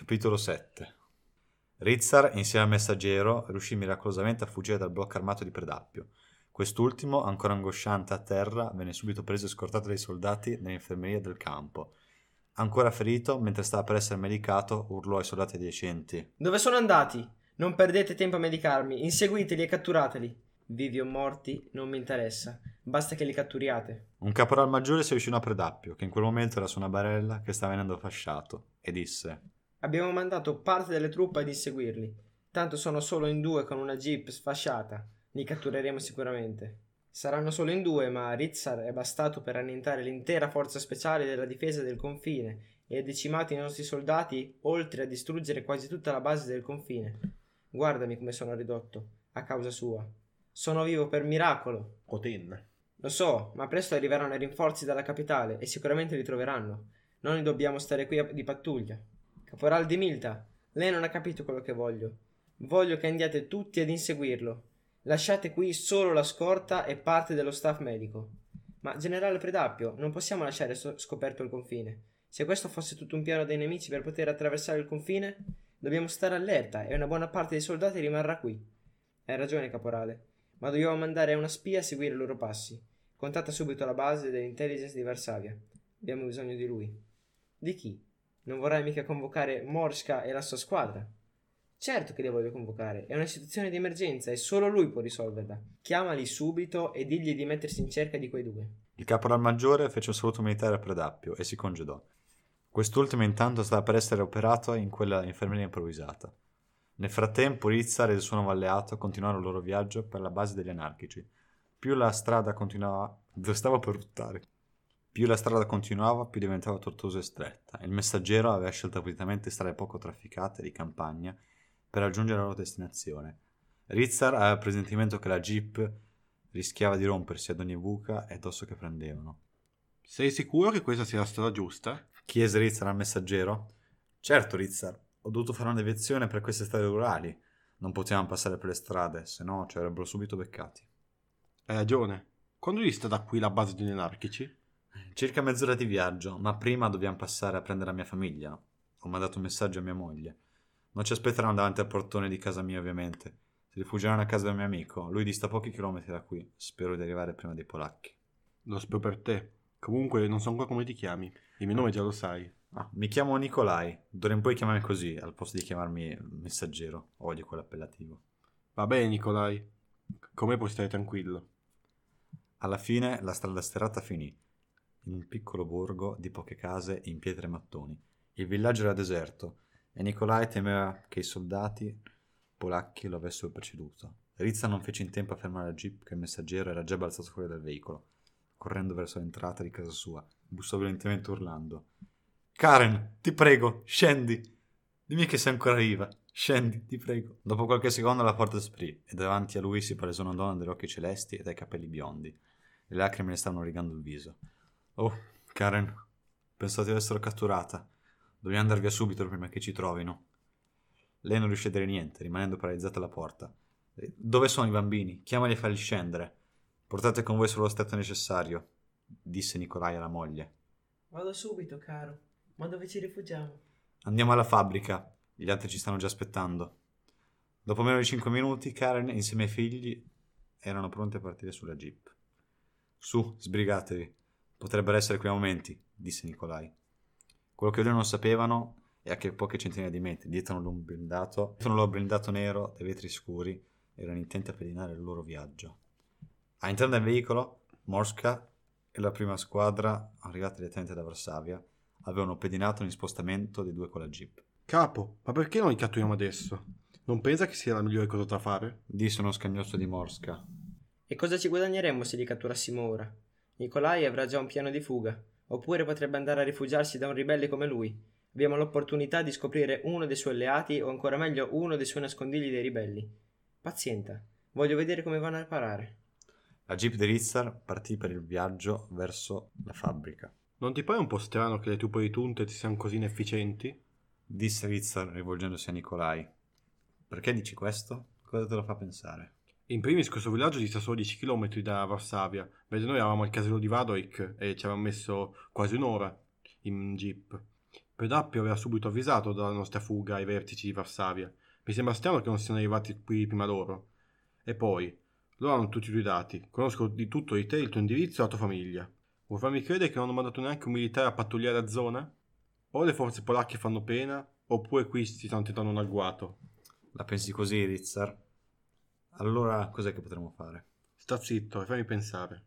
Capitolo 7. Rizzar, insieme al messaggero, riuscì miracolosamente a fuggire dal blocco armato di Predappio. Quest'ultimo, ancora angosciante a terra, venne subito preso e scortato dai soldati nell'infermeria del campo. Ancora ferito, mentre stava per essere medicato, urlò ai soldati adiacenti: Dove sono andati? Non perdete tempo a medicarmi, inseguiteli e catturateli. Vivi o morti, non mi interessa, basta che li catturiate. Un caporal maggiore si avvicinò a Predappio, che in quel momento era su una barella che stava venendo fasciato, e disse: Abbiamo mandato parte delle truppe ad inseguirli. Tanto sono solo in 2 con una jeep sfasciata. Li cattureremo sicuramente. Saranno solo in 2, ma Rizzar è bastato per annientare l'intera forza speciale della difesa del confine e ha decimato i nostri soldati, oltre a distruggere quasi tutta la base del confine. Guardami come sono ridotto, a causa sua. Sono vivo per miracolo. Cotin. Lo so, ma presto arriveranno i rinforzi dalla capitale e sicuramente li troveranno. Noi dobbiamo stare qui di pattuglia. Caporal Di Milta, lei non ha capito quello che voglio. Voglio che andiate tutti ad inseguirlo. Lasciate qui solo la scorta e parte dello staff medico. Ma generale Predappio, non possiamo lasciare scoperto il confine. Se questo fosse tutto un piano dei nemici per poter attraversare il confine, dobbiamo stare allerta e una buona parte dei soldati rimarrà qui. Hai ragione, caporale, ma dobbiamo mandare una spia a seguire i loro passi. Contatta subito la base dell'intelligence di Varsavia. Abbiamo bisogno di lui. Di chi? Non vorrai mica convocare Morska e la sua squadra? Certo che li voglio convocare, è una situazione di emergenza e solo lui può risolverla. Chiamali subito e digli di mettersi in cerca di quei 2. Il caporal maggiore fece un saluto militare a Predappio e si congedò. Quest'ultimo intanto stava per essere operato in quella infermeria improvvisata. Nel frattempo Rizzar e il suo nuovo alleato continuarono il loro viaggio per la base degli anarchici. Più la strada continuava... Stavo per ruttare. Più la strada continuava, più diventava tortuosa e stretta. Il messaggero aveva scelto appositamente strade poco trafficate di campagna per raggiungere la loro destinazione. Rizzar aveva il presentimento che la jeep rischiava di rompersi ad ogni buca e addosso che prendevano. Sei sicuro che questa sia la strada giusta? Chiese Rizzar al messaggero. Certo, Rizzar, ho dovuto fare una deviazione per queste strade rurali. Non potevamo passare per le strade, se no ci avrebbero subito beccati. Hai ragione. Quando dista da qui la base degli anarchici? Circa mezz'ora di viaggio, ma prima dobbiamo passare a prendere la mia famiglia. Ho mandato un messaggio a mia moglie. Non ci aspetteranno davanti al portone di casa mia, ovviamente. Si rifugieranno a casa del mio amico. Lui dista pochi chilometri da qui. Spero di arrivare prima dei polacchi. Lo spero per te. Comunque non so ancora come ti chiami. Il mio nome già lo sai. Mi chiamo Nikolai. D'ora in poi chiamarmi così, al posto di chiamarmi messaggero. Odio quell'appellativo. Va bene, Nicolai. Come puoi stare tranquillo? Alla fine la strada sterrata finì. In un piccolo borgo di poche case in pietre e mattoni. Il villaggio era deserto e Nikolai temeva che i soldati polacchi lo avessero preceduto. Rizzar non fece in tempo a fermare la jeep che il messaggero era già balzato fuori dal veicolo, correndo verso l'entrata di casa sua. Bussò violentemente urlando: Karen, ti prego, scendi! Dimmi che sei ancora viva. Scendi, ti prego. Dopo qualche secondo la porta si aprì e davanti a lui si palesò una donna dagli occhi celesti e dai capelli biondi. Le lacrime le stavano rigando il viso. Oh, Karen, pensavo di essere catturata. Dobbiamo andare via subito prima che ci trovino. Lei non riuscì a dire niente, rimanendo paralizzata alla porta. Dove sono i bambini? Chiamali e falli scendere. Portate con voi solo lo stretto necessario, disse Nikolai alla moglie. Vado subito, caro. Ma dove ci rifugiamo? Andiamo alla fabbrica. Gli altri ci stanno già aspettando. Dopo meno di 5 minuti, Karen insieme ai figli erano pronti a partire sulla jeep. Su, sbrigatevi. Potrebbero essere quei momenti, disse Nikolai. Quello che loro non sapevano è che a poche centinaia di metri, dietro un loro blindato nero dai vetri scuri, erano intenti a pedinare il loro viaggio. All'interno del veicolo, Morska e la prima squadra, arrivati direttamente da Varsavia, avevano pedinato in spostamento dei 2 con la jeep. Capo, ma perché non li catturiamo adesso? Non pensa che sia la migliore cosa da fare? Disse uno scagnozzo di Morska. E cosa ci guadagneremmo se li catturassimo ora? Nikolai avrà già un piano di fuga, oppure potrebbe andare a rifugiarsi da un ribelle come lui. Abbiamo l'opportunità di scoprire uno dei suoi alleati o ancora meglio uno dei suoi nascondigli dei ribelli. Pazienta, voglio vedere come vanno a parare. La jeep di Rizzar partì per il viaggio verso la fabbrica. Non ti pare un po' strano che le truppe di Tuntet siano così inefficienti? Disse Rizzar rivolgendosi a Nikolai. Perché dici questo? Cosa te lo fa pensare? In primis questo villaggio dista solo 10 km da Varsavia, mentre noi eravamo al casello di Vadojk e ci avevamo messo quasi un'ora in jeep. Predappio aveva subito avvisato della nostra fuga ai vertici di Varsavia. Mi sembra strano che non siano arrivati qui prima loro. E poi, loro hanno tutti i tuoi dati, conosco di tutto di te, il tuo indirizzo e la tua famiglia. Vuoi farmi credere che non hanno mandato neanche un militare a pattugliare la zona? O le forze polacche fanno pena, oppure qui si stanno tentando un agguato. La pensi così, Rizzar? Allora cos'è che potremmo fare? Sta zitto e fammi pensare.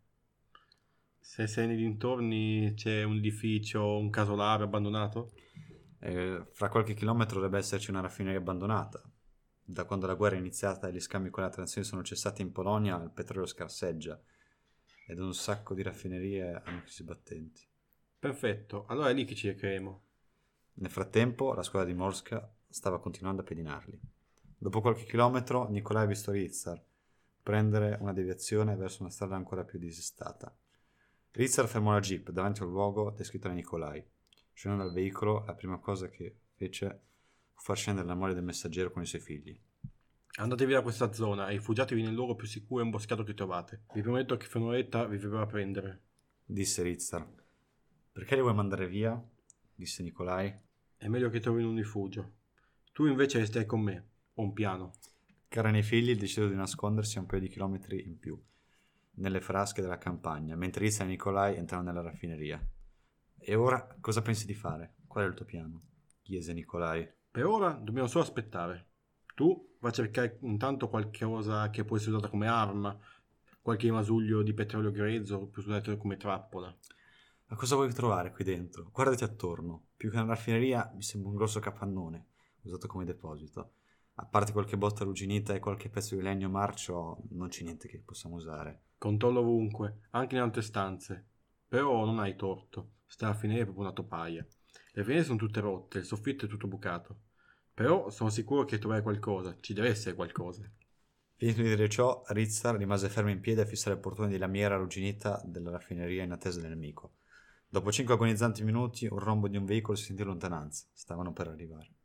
Se sei nei dintorni c'è un edificio, un casolare abbandonato? Fra qualche chilometro dovrebbe esserci una raffineria abbandonata. Da quando la guerra è iniziata e gli scambi con le altre nazioni sono cessati in Polonia, il petrolio scarseggia ed un sacco di raffinerie hanno chiuso i battenti. Perfetto, allora è lì che ci recheremo. Nel frattempo, la squadra di Morska stava continuando a pedinarli. Dopo qualche chilometro, Nikolai ha visto Rizzar prendere una deviazione verso una strada ancora più disestata. Rizzar fermò la jeep davanti al luogo descritto da Nikolai. Scendendo dal veicolo, la prima cosa che fece fu far scendere la moglie del messaggero con i suoi figli. Andatevi da questa zona e rifugiatevi nel luogo più sicuro e imboscato che trovate. Vi prometto che fra un'oretta vi verrò a prendere. Disse Rizzar. Perché li vuoi mandare via? Disse Nikolai. È meglio che trovino un rifugio. Tu invece restai con me. Ho un piano. Karen e i figli decisero di nascondersi a un paio di chilometri in più, nelle frasche della campagna, mentre Rizzar e Nikolai entravano nella raffineria. E ora cosa pensi di fare? Qual è il tuo piano? Chiese Nikolai. Per ora dobbiamo solo aspettare. Tu vai a cercare intanto qualcosa che può essere usata come arma, qualche rimasuglio di petrolio grezzo, più usato come trappola. Ma cosa vuoi trovare qui dentro? Guardati attorno. Più che una raffineria mi sembra un grosso capannone, usato come deposito. A parte qualche botta arrugginita e qualche pezzo di legno marcio, non c'è niente che possiamo usare. Controllo ovunque, anche in altre stanze. Però non hai torto. Sta raffineria è proprio una topaia. Le finestre sono tutte rotte, il soffitto è tutto bucato. Però sono sicuro che troverai qualcosa. Ci deve essere qualcosa. Finito di dire ciò, Rizzar rimase fermo in piedi a fissare il portone di lamiera arrugginita della raffineria in attesa del nemico. Dopo 5 agonizzanti minuti, un rombo di un veicolo si sentì in lontananza. Stavano per arrivare.